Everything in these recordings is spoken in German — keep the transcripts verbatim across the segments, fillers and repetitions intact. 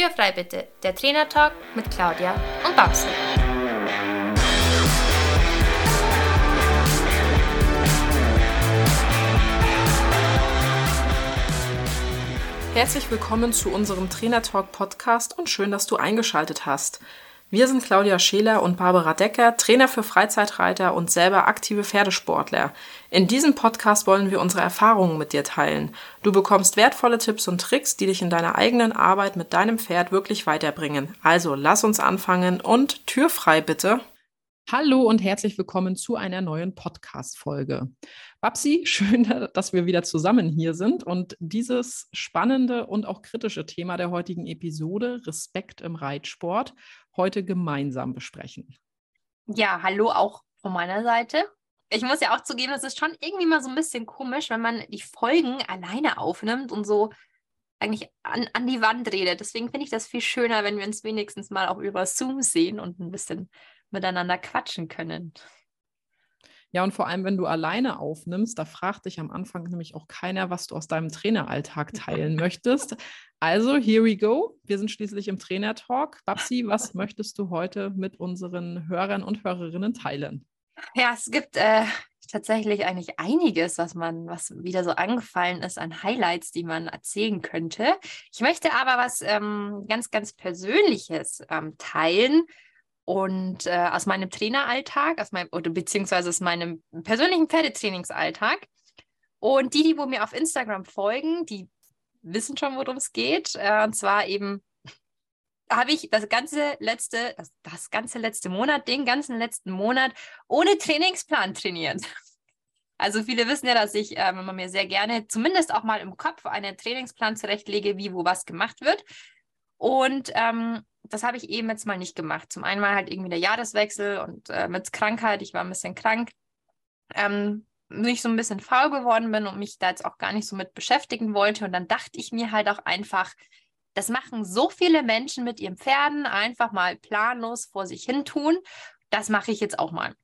Türfrei bitte, der Trainertalk mit Claudia und Babsi. Herzlich willkommen zu unserem Trainertalk-Podcast und schön, dass du eingeschaltet hast. Wir sind Claudia Scheler und Barbara Decker, Trainer für Freizeitreiter und selber aktive Pferdesportler. In diesem Podcast wollen wir unsere Erfahrungen mit dir teilen. Du bekommst wertvolle Tipps und Tricks, die dich in deiner eigenen Arbeit mit deinem Pferd wirklich weiterbringen. Also lass uns anfangen und Tür frei bitte. Hallo und herzlich willkommen zu einer neuen Podcast-Folge. Babsi, schön, dass wir wieder zusammen hier sind und dieses spannende und auch kritische Thema der heutigen Episode, Respekt im Reitsport, heute gemeinsam besprechen. Ja, hallo auch von meiner Seite. Ich muss ja auch zugeben, es ist schon irgendwie mal so ein bisschen komisch, wenn man die Folgen alleine aufnimmt und so eigentlich an, an die Wand redet. Deswegen finde ich das viel schöner, wenn wir uns wenigstens mal auch über Zoom sehen und ein bisschen miteinander quatschen können. Ja, und vor allem, wenn du alleine aufnimmst, da fragt dich am Anfang nämlich auch keiner, was du aus deinem Traineralltag teilen möchtest. Also, here we go. Wir sind schließlich im Trainertalk. Babsi, was möchtest du heute mit unseren Hörern und Hörerinnen teilen? Ja, es gibt äh, tatsächlich eigentlich einiges, was man, was wieder so angefallen ist an Highlights, die man erzählen könnte. Ich möchte aber was ähm, ganz, ganz Persönliches ähm, teilen. Und äh, aus meinem Traineralltag, aus meinem, oder beziehungsweise aus meinem persönlichen Pferdetrainingsalltag. Und die, die wo mir auf Instagram folgen, die wissen schon, worum es geht. Äh, und zwar eben habe ich das ganze letzte, das, das ganze letzte Monat, den ganzen letzten Monat ohne Trainingsplan trainiert. Also viele wissen ja, dass ich äh, mir sehr gerne zumindest auch mal im Kopf einen Trainingsplan zurechtlege, wie wo was gemacht wird. Und ähm, das habe ich eben jetzt mal nicht gemacht. Zum einen mal halt irgendwie der Jahreswechsel und äh, mit Krankheit, ich war ein bisschen krank, ähm, ich so ein bisschen faul geworden bin und mich da jetzt auch gar nicht so mit beschäftigen wollte. Und dann dachte ich mir halt auch einfach, das machen so viele Menschen mit ihren Pferden, einfach mal planlos vor sich hin tun. Das mache ich jetzt auch mal.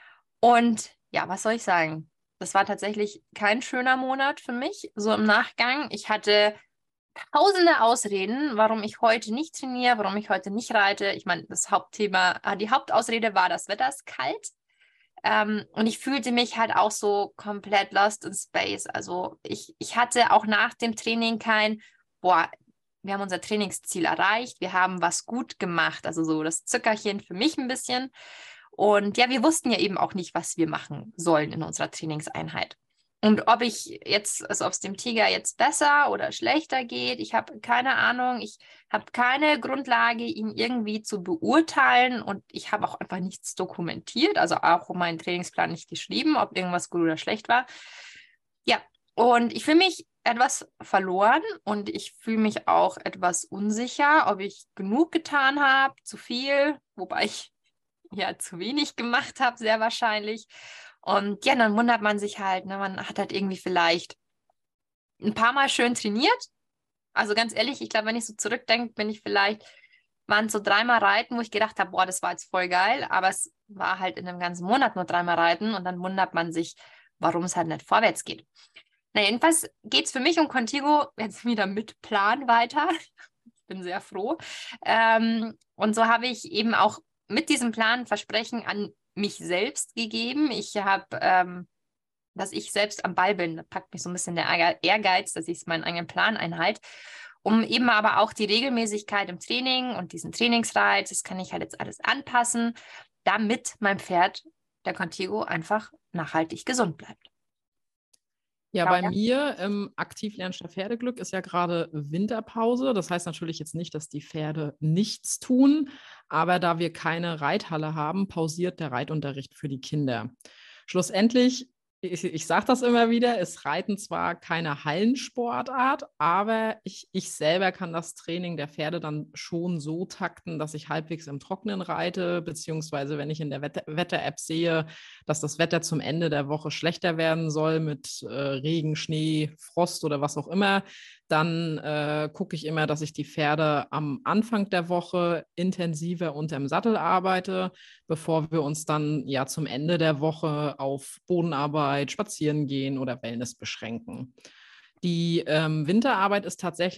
Und ja, was soll ich sagen? Das war tatsächlich kein schöner Monat für mich, so im Nachgang. Ich hatte tausende Ausreden, warum ich heute nicht trainiere, warum ich heute nicht reite. Ich meine, das Hauptthema, die Hauptausrede war, das Wetter ist kalt. Ähm, und ich fühlte mich halt auch so komplett lost in space. Also ich, ich hatte auch nach dem Training kein, boah, wir haben unser Trainingsziel erreicht, wir haben was gut gemacht. Also so das Zückerchen für mich ein bisschen. Und ja, wir wussten ja eben auch nicht, was wir machen sollen in unserer Trainingseinheit. Und ob ich jetzt, also ob es dem Tiger jetzt besser oder schlechter geht, ich habe keine Ahnung. Ich habe keine Grundlage, ihn irgendwie zu beurteilen und ich habe auch einfach nichts dokumentiert, also auch meinen Trainingsplan nicht geschrieben, ob irgendwas gut oder schlecht war. Ja, und ich fühle mich etwas verloren und ich fühle mich auch etwas unsicher, ob ich genug getan habe, zu viel, wobei ich ja zu wenig gemacht habe, sehr wahrscheinlich. Und ja, dann wundert man sich halt, ne? Man hat halt irgendwie vielleicht ein paar Mal schön trainiert. Also ganz ehrlich, ich glaube, wenn ich so zurückdenke, bin ich vielleicht, waren es so dreimal Reiten, wo ich gedacht habe, boah, das war jetzt voll geil, aber es war halt in einem ganzen Monat nur dreimal Reiten und dann wundert man sich, warum es halt nicht vorwärts geht. Na, jedenfalls geht es für mich um Contigo jetzt wieder mit Plan weiter. Ich bin sehr froh. Ähm, und so habe ich eben auch mit diesem Plan Versprechen an mich selbst gegeben. Ich habe, ähm, dass ich selbst am Ball bin. Da packt mich so ein bisschen der Ehrgeiz, dass ich meinen eigenen Plan einhalte. Um eben aber auch die Regelmäßigkeit im Training und diesen Trainingsreiz, das kann ich halt jetzt alles anpassen, damit mein Pferd, der Contigo, einfach nachhaltig gesund bleibt. Ja, bei mir im Aktivlernen statt Pferdeglück ist ja gerade Winterpause. Das heißt natürlich jetzt nicht, dass die Pferde nichts tun, aber da wir keine Reithalle haben, pausiert der Reitunterricht für die Kinder. Schlussendlich, ich, ich sage das immer wieder, ist Reiten zwar keine Hallensportart, aber ich, ich selber kann das Training der Pferde dann schon so takten, dass ich halbwegs im Trockenen reite, beziehungsweise wenn ich in der Wetter- Wetter-App sehe, dass das Wetter zum Ende der Woche schlechter werden soll mit äh, Regen, Schnee, Frost oder was auch immer, dann äh, gucke ich immer, dass ich die Pferde am Anfang der Woche intensiver unterm Sattel arbeite, bevor wir uns dann ja zum Ende der Woche auf Bodenarbeit, Spazieren gehen oder Wellness beschränken. Die ähm, Winterarbeit ist tatsächlich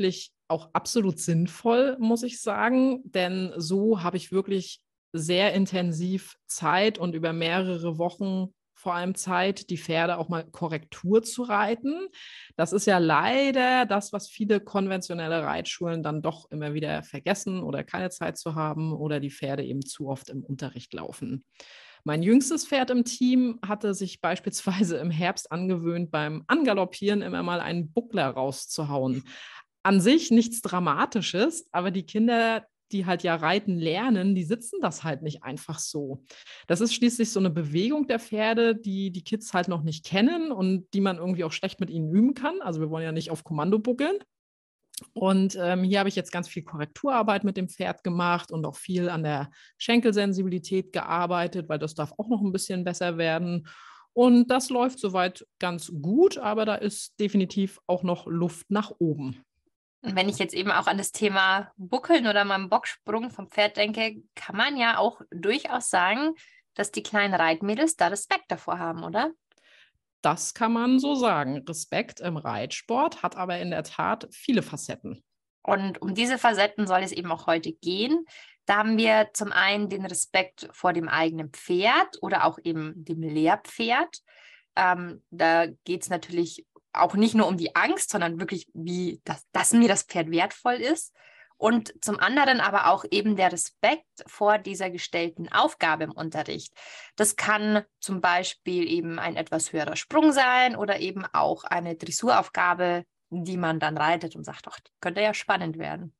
auch absolut sinnvoll, muss ich sagen, denn so habe ich wirklich sehr intensiv Zeit und über mehrere Wochen vor allem Zeit, die Pferde auch mal Korrektur zu reiten. Das ist ja leider das, was viele konventionelle Reitschulen dann doch immer wieder vergessen oder keine Zeit zu haben oder die Pferde eben zu oft im Unterricht laufen. Mein jüngstes Pferd im Team hatte sich beispielsweise im Herbst angewöhnt, beim Angaloppieren immer mal einen Buckler rauszuhauen. An sich nichts Dramatisches, aber die Kinder, die halt ja reiten lernen, die sitzen das halt nicht einfach so. Das ist schließlich so eine Bewegung der Pferde, die die Kids halt noch nicht kennen und die man irgendwie auch schlecht mit ihnen üben kann. Also wir wollen ja nicht auf Kommando buckeln. Und ähm, hier habe ich jetzt ganz viel Korrekturarbeit mit dem Pferd gemacht und auch viel an der Schenkelsensibilität gearbeitet, weil das darf auch noch ein bisschen besser werden. Und das läuft soweit ganz gut, aber da ist definitiv auch noch Luft nach oben. Und wenn ich jetzt eben auch an das Thema Buckeln oder mal einen Bocksprung vom Pferd denke, kann man ja auch durchaus sagen, dass die kleinen Reitmädels da Respekt davor haben, oder? Das kann man so sagen. Respekt im Reitsport hat aber in der Tat viele Facetten. Und um diese Facetten soll es eben auch heute gehen. Da haben wir zum einen den Respekt vor dem eigenen Pferd oder auch eben dem Lehrpferd. Ähm, da geht es natürlich auch nicht nur um die Angst, sondern wirklich, wie das, dass mir das Pferd wertvoll ist. Und zum anderen aber auch eben der Respekt vor dieser gestellten Aufgabe im Unterricht. Das kann zum Beispiel eben ein etwas höherer Sprung sein oder eben auch eine Dressuraufgabe, die man dann reitet und sagt, ach, die könnte ja spannend werden.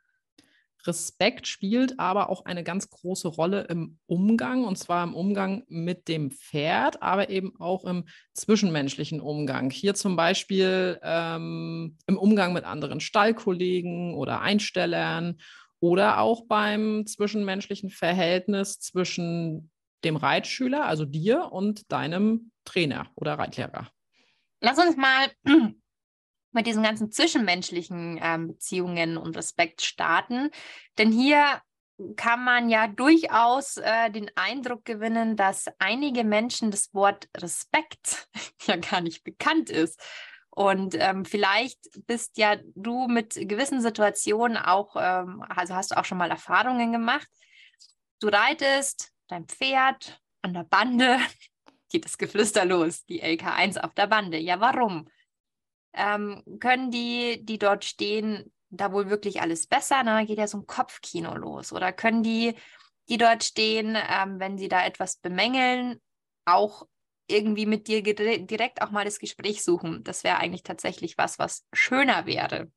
Respekt spielt aber auch eine ganz große Rolle im Umgang, und zwar im Umgang mit dem Pferd, aber eben auch im zwischenmenschlichen Umgang. Hier zum Beispiel ähm, im Umgang mit anderen Stallkollegen oder Einstellern oder auch beim zwischenmenschlichen Verhältnis zwischen dem Reitschüler, also dir, und deinem Trainer oder Reitlehrer. Lass uns mal mit diesen ganzen zwischenmenschlichen ähm, Beziehungen und Respekt starten. Denn hier kann man ja durchaus äh, den Eindruck gewinnen, dass einige Menschen das Wort Respekt ja gar nicht bekannt ist. Und ähm, vielleicht bist ja du mit gewissen Situationen auch, ähm, also hast du auch schon mal Erfahrungen gemacht. Du reitest dein Pferd an der Bande, geht das Geflüster los, die L K eins auf der Bande. Ja, warum? Ähm, können die, die dort stehen, da wohl wirklich alles besser? Ne? Geht ja so ein Kopfkino los. Oder können die, die dort stehen, ähm, wenn sie da etwas bemängeln, auch irgendwie mit dir direkt auch mal das Gespräch suchen? Das wäre eigentlich tatsächlich was, was schöner wäre.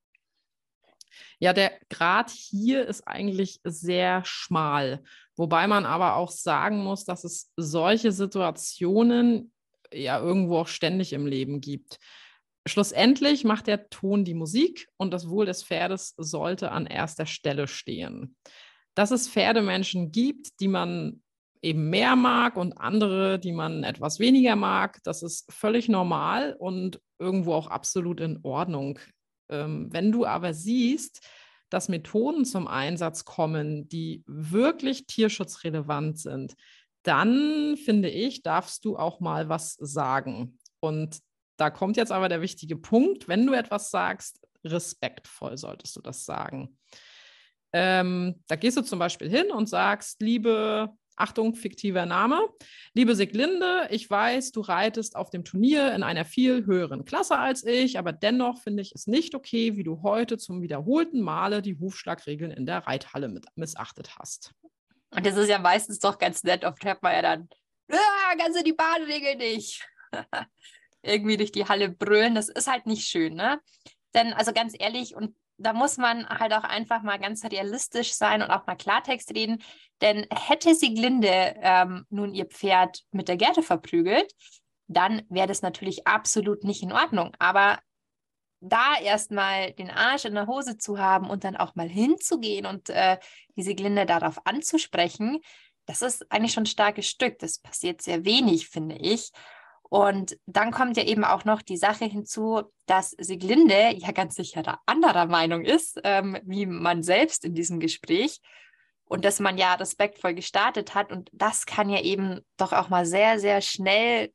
Ja, der Grad hier ist eigentlich sehr schmal, wobei man aber auch sagen muss, dass es solche Situationen ja irgendwo auch ständig im Leben gibt. Schlussendlich macht der Ton die Musik und das Wohl des Pferdes sollte an erster Stelle stehen. Dass es Pferdemenschen gibt, die man eben mehr mag und andere, die man etwas weniger mag, das ist völlig normal und irgendwo auch absolut in Ordnung. Ähm, wenn du aber siehst, dass Methoden zum Einsatz kommen, die wirklich tierschutzrelevant sind, dann finde ich, darfst du auch mal was sagen. Und da kommt jetzt aber der wichtige Punkt, wenn du etwas sagst, respektvoll solltest du das sagen. Ähm, da gehst du zum Beispiel hin und sagst, liebe, Achtung, fiktiver Name, liebe Siglinde, ich weiß, du reitest auf dem Turnier in einer viel höheren Klasse als ich, aber dennoch finde ich es nicht okay, wie du heute zum wiederholten Male die Hufschlagregeln in der Reithalle mit missachtet hast. Und das ist ja meistens doch ganz nett, oft hört man ja dann, ah, kannst du die Bahnregel nicht. Irgendwie durch die Halle brüllen, das ist halt nicht schön, ne? Denn, also ganz ehrlich, und da muss man halt auch einfach mal ganz realistisch sein und auch mal Klartext reden, denn hätte Sieglinde ähm, nun ihr Pferd mit der Gerte verprügelt, dann wäre das natürlich absolut nicht in Ordnung. Aber da erstmal den Arsch in der Hose zu haben und dann auch mal hinzugehen und äh, die Sieglinde darauf anzusprechen, das ist eigentlich schon ein starkes Stück. Das passiert sehr wenig, finde ich. Und dann kommt ja eben auch noch die Sache hinzu, dass Sieglinde ja ganz sicher anderer Meinung ist, ähm, wie man selbst in diesem Gespräch. Und dass man ja respektvoll gestartet hat. Und das kann ja eben doch auch mal sehr, sehr schnell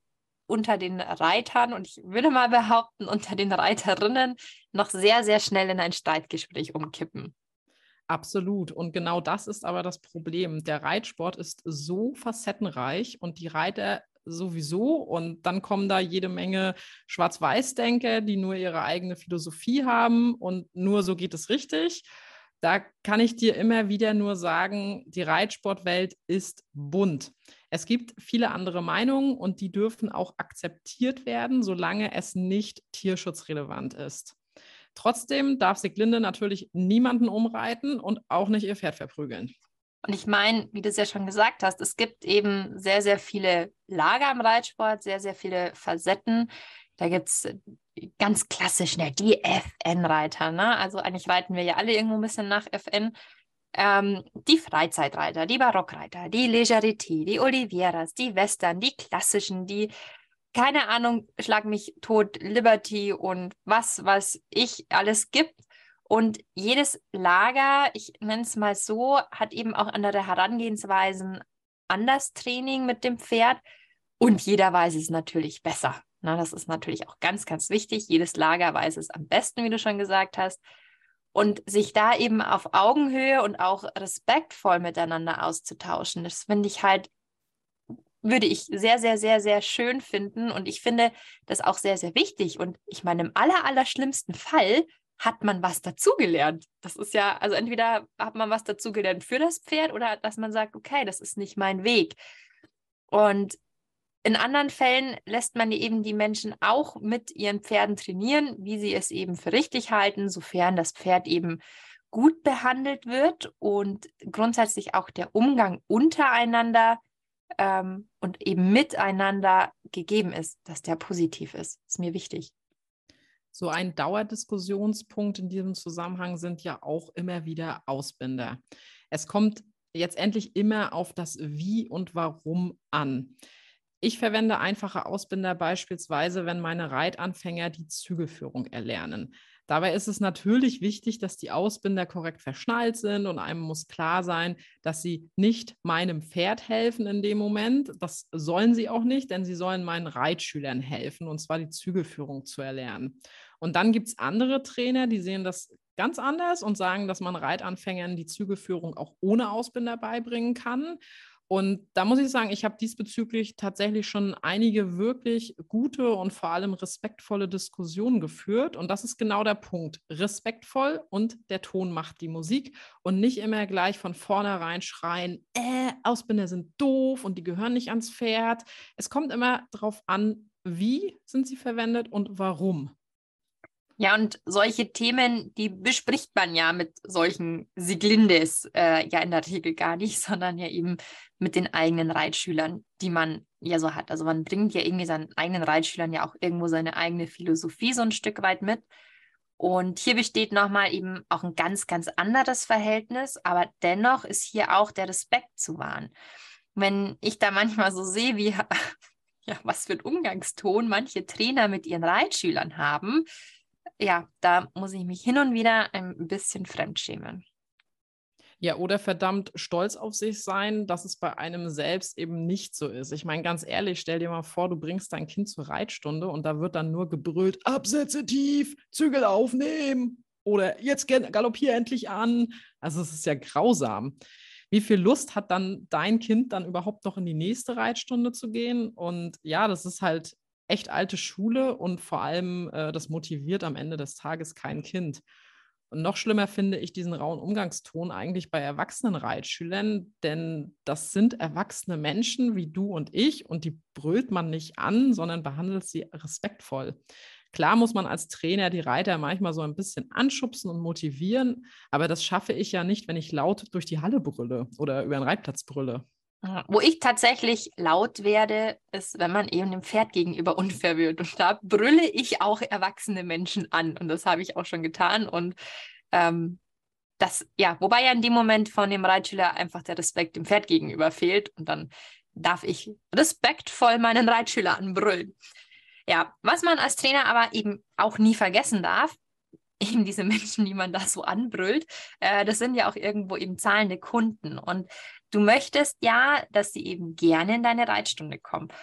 unter den Reitern und ich würde mal behaupten, unter den Reiterinnen noch sehr, sehr schnell in ein Streitgespräch umkippen. Absolut. Und genau das ist aber das Problem. Der Reitsport ist so facettenreich und die Reiter sowieso. Und dann kommen da jede Menge Schwarz-Weiß-Denker, die nur ihre eigene Philosophie haben und nur so geht es richtig. Da kann ich dir immer wieder nur sagen, die Reitsportwelt ist bunt. Es gibt viele andere Meinungen und die dürfen auch akzeptiert werden, solange es nicht tierschutzrelevant ist. Trotzdem darf Sieglinde natürlich niemanden umreiten und auch nicht ihr Pferd verprügeln. Und ich meine, wie du es ja schon gesagt hast, es gibt eben sehr, sehr viele Lager im Reitsport, sehr, sehr viele Facetten. Da gibt es ganz klassisch ne, die F N-Reiter. Ne? Also eigentlich reiten wir ja alle irgendwo ein bisschen nach F N. Ähm, die Freizeitreiter, die Barockreiter, die Legerité, die Olivieras, die Western, die klassischen, die keine Ahnung, schlag mich tot, Liberty und was, was ich alles gibt. Und jedes Lager, ich nenne es mal so, hat eben auch andere Herangehensweisen an das Training mit dem Pferd. Und jeder weiß es natürlich besser. Na, das ist natürlich auch ganz, ganz wichtig. Jedes Lager weiß es am besten, wie du schon gesagt hast. Und sich da eben auf Augenhöhe und auch respektvoll miteinander auszutauschen, das finde ich halt würde ich sehr, sehr, sehr, sehr schön finden. Und ich finde das auch sehr, sehr wichtig. Und ich meine, im aller, aller schlimmsten Fall hat man was dazugelernt. Das ist ja, also entweder hat man was dazugelernt für das Pferd oder dass man sagt, okay, das ist nicht mein Weg. Und in anderen Fällen lässt man eben die Menschen auch mit ihren Pferden trainieren, wie sie es eben für richtig halten, sofern das Pferd eben gut behandelt wird und grundsätzlich auch der Umgang untereinander Ähm, und eben miteinander gegeben ist, dass der positiv ist. Ist mir wichtig. So ein Dauerdiskussionspunkt in diesem Zusammenhang sind ja auch immer wieder Ausbinder. Es kommt jetzt endlich immer auf das Wie und Warum an. Ich verwende einfache Ausbinder beispielsweise, wenn meine Reitanfänger die Zügelführung erlernen. Dabei ist es natürlich wichtig, dass die Ausbinder korrekt verschnallt sind und einem muss klar sein, dass sie nicht meinem Pferd helfen in dem Moment. Das sollen sie auch nicht, denn sie sollen meinen Reitschülern helfen, und zwar die Zügelführung zu erlernen. Und dann gibt es andere Trainer, die sehen das ganz anders und sagen, dass man Reitanfängern die Zügelführung auch ohne Ausbinder beibringen kann. Und da muss ich sagen, ich habe diesbezüglich tatsächlich schon einige wirklich gute und vor allem respektvolle Diskussionen geführt. Und das ist genau der Punkt. Respektvoll und der Ton macht die Musik und nicht immer gleich von vornherein schreien, äh, Ausbinder sind doof und die gehören nicht ans Pferd. Es kommt immer darauf an, wie sind sie verwendet und warum. Ja, und solche Themen, die bespricht man ja mit solchen Sieglindes äh, ja in der Regel gar nicht, sondern ja eben mit den eigenen Reitschülern, die man ja so hat. Also man bringt ja irgendwie seinen eigenen Reitschülern ja auch irgendwo seine eigene Philosophie so ein Stück weit mit. Und hier besteht nochmal eben auch ein ganz, ganz anderes Verhältnis, aber dennoch ist hier auch der Respekt zu wahren. Wenn ich da manchmal so sehe, wie, ja, was für ein Umgangston manche Trainer mit ihren Reitschülern haben, ja, da muss ich mich hin und wieder ein bisschen fremdschämen. Ja, oder verdammt stolz auf sich sein, dass es bei einem selbst eben nicht so ist. Ich meine, ganz ehrlich, stell dir mal vor, du bringst dein Kind zur Reitstunde und da wird dann nur gebrüllt, Absätze tief, Zügel aufnehmen oder jetzt galoppier endlich an. Also es ist ja grausam. Wie viel Lust hat dann dein Kind dann überhaupt noch in die nächste Reitstunde zu gehen? Und ja, das ist halt echt alte Schule und vor allem, äh, das motiviert am Ende des Tages kein Kind. Und noch schlimmer finde ich diesen rauen Umgangston eigentlich bei erwachsenen Reitschülern, denn das sind erwachsene Menschen wie du und ich und die brüllt man nicht an, sondern behandelt sie respektvoll. Klar muss man als Trainer die Reiter manchmal so ein bisschen anschubsen und motivieren, aber das schaffe ich ja nicht, wenn ich laut durch die Halle brülle oder über den Reitplatz brülle. Wo ich tatsächlich laut werde, ist, wenn man eben dem Pferd gegenüber unfair wird. Und da brülle ich auch erwachsene Menschen an. Und das habe ich auch schon getan. Und ähm, das, ja, wobei ja in dem Moment von dem Reitschüler einfach der Respekt dem Pferd gegenüber fehlt. Und dann darf ich respektvoll meinen Reitschüler anbrüllen. Ja, was man als Trainer aber eben auch nie vergessen darf, eben diese Menschen, die man da so anbrüllt, äh, das sind ja auch irgendwo eben zahlende Kunden. Und du möchtest ja, dass sie eben gerne in deine Reitstunde kommen.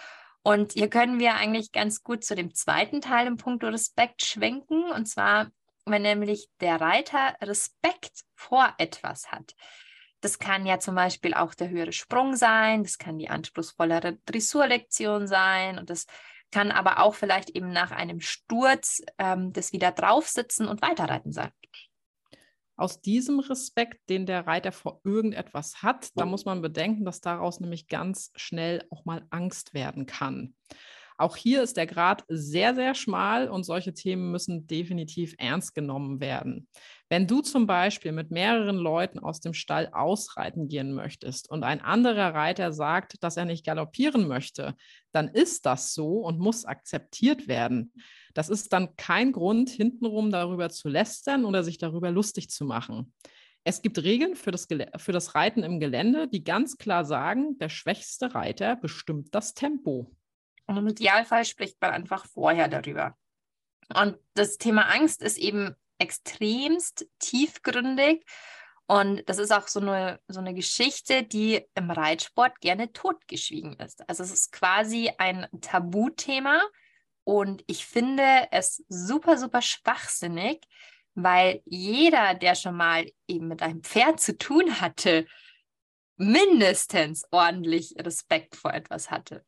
Und hier können wir eigentlich ganz gut zu dem zweiten Teil im Punkt Respekt schwenken. Und zwar, wenn nämlich der Reiter Respekt vor etwas hat. Das kann ja zum Beispiel auch der höhere Sprung sein, das kann die anspruchsvollere Dressurlektion sein und das kann aber auch vielleicht eben nach einem Sturz ähm, das wieder draufsitzen und weiterreiten sein. Aus diesem Respekt, den der Reiter vor irgendetwas hat, da muss man bedenken, dass daraus nämlich ganz schnell auch mal Angst werden kann. Auch hier ist der Grat sehr, sehr schmal und solche Themen müssen definitiv ernst genommen werden. Wenn du zum Beispiel mit mehreren Leuten aus dem Stall ausreiten gehen möchtest und ein anderer Reiter sagt, dass er nicht galoppieren möchte, dann ist das so und muss akzeptiert werden. Das ist dann kein Grund, hintenrum darüber zu lästern oder sich darüber lustig zu machen. Es gibt Regeln für das, Gel- für das Reiten im Gelände, die ganz klar sagen, der schwächste Reiter bestimmt das Tempo. Und im Idealfall spricht man einfach vorher darüber. Und das Thema Angst ist eben extremst tiefgründig. Und das ist auch so eine, so eine Geschichte, die im Reitsport gerne totgeschwiegen ist. Also es ist quasi ein Tabuthema. Und ich finde es super, super schwachsinnig, weil jeder, der schon mal eben mit einem Pferd zu tun hatte, mindestens ordentlich Respekt vor etwas hatte.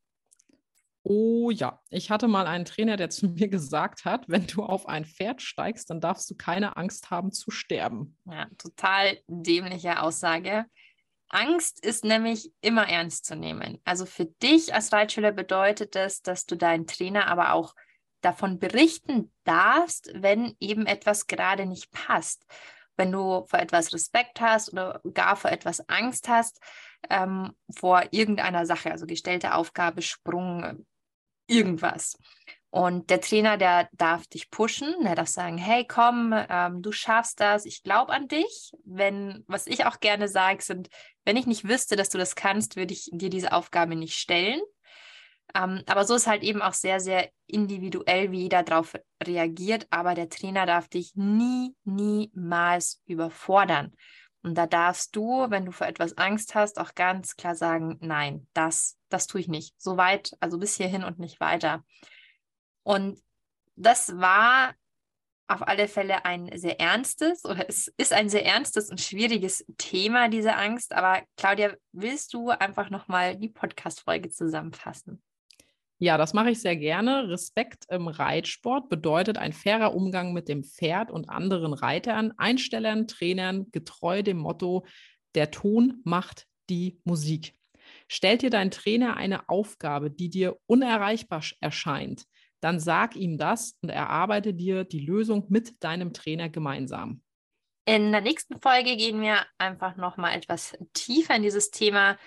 Oh ja, ich hatte mal einen Trainer, der zu mir gesagt hat, wenn du auf ein Pferd steigst, dann darfst du keine Angst haben zu sterben. Ja, total dämliche Aussage. Angst ist nämlich immer ernst zu nehmen. Also für dich als Reitschüler bedeutet das, dass du deinen Trainer aber auch davon berichten darfst, wenn eben etwas gerade nicht passt. Wenn du vor etwas Respekt hast oder gar vor etwas Angst hast, ähm, vor irgendeiner Sache, also gestellte Aufgabe, Sprung, irgendwas. Und der Trainer, der darf dich pushen, der darf sagen, hey, komm, ähm, du schaffst das, ich glaube an dich. Wenn, was ich auch gerne sage, sind, wenn ich nicht wüsste, dass du das kannst, würde ich dir diese Aufgabe nicht stellen. Ähm, aber so ist halt eben auch sehr, sehr individuell, wie jeder darauf reagiert. Aber der Trainer darf dich nie, niemals überfordern. Und da darfst du, wenn du vor etwas Angst hast, auch ganz klar sagen, nein, das, das tue ich nicht. So weit, also bis hierhin und nicht weiter. Und das war auf alle Fälle ein sehr ernstes oder es ist ein sehr ernstes und schwieriges Thema, diese Angst. Aber Claudia, willst du einfach nochmal die Podcast-Folge zusammenfassen? Ja, das mache ich sehr gerne. Respekt im Reitsport bedeutet ein fairer Umgang mit dem Pferd und anderen Reitern, Einstellern, Trainern, getreu dem Motto, der Ton macht die Musik. Stellt dir dein Trainer eine Aufgabe, die dir unerreichbar erscheint, dann sag ihm das und erarbeite dir die Lösung mit deinem Trainer gemeinsam. In der nächsten Folge gehen wir einfach nochmal etwas tiefer in dieses Thema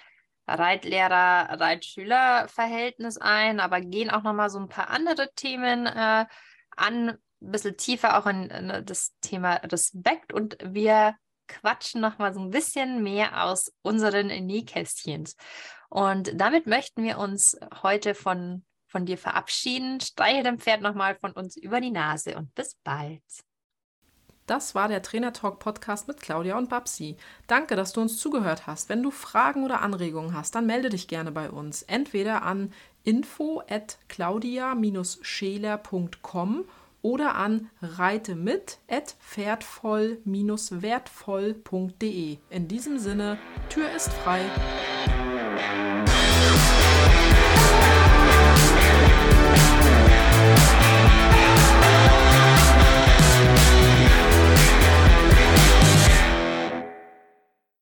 Reitlehrer-Reitschüler-Verhältnis ein, aber gehen auch nochmal so ein paar andere Themen äh, an, ein bisschen tiefer auch in, in das Thema Respekt und wir quatschen nochmal so ein bisschen mehr aus unseren Nähkästchens. Und damit möchten wir uns heute von, von dir verabschieden. Streiche dem Pferd nochmal von uns über die Nase und bis bald. Das war der Trainer Talk Podcast mit Claudia und Babsi. Danke, dass du uns zugehört hast. Wenn du Fragen oder Anregungen hast, dann melde dich gerne bei uns. Entweder an info at claudia scheler punkt com oder an reitemit at pferdvoll wertvoll punkt de. In diesem Sinne, Tür ist frei.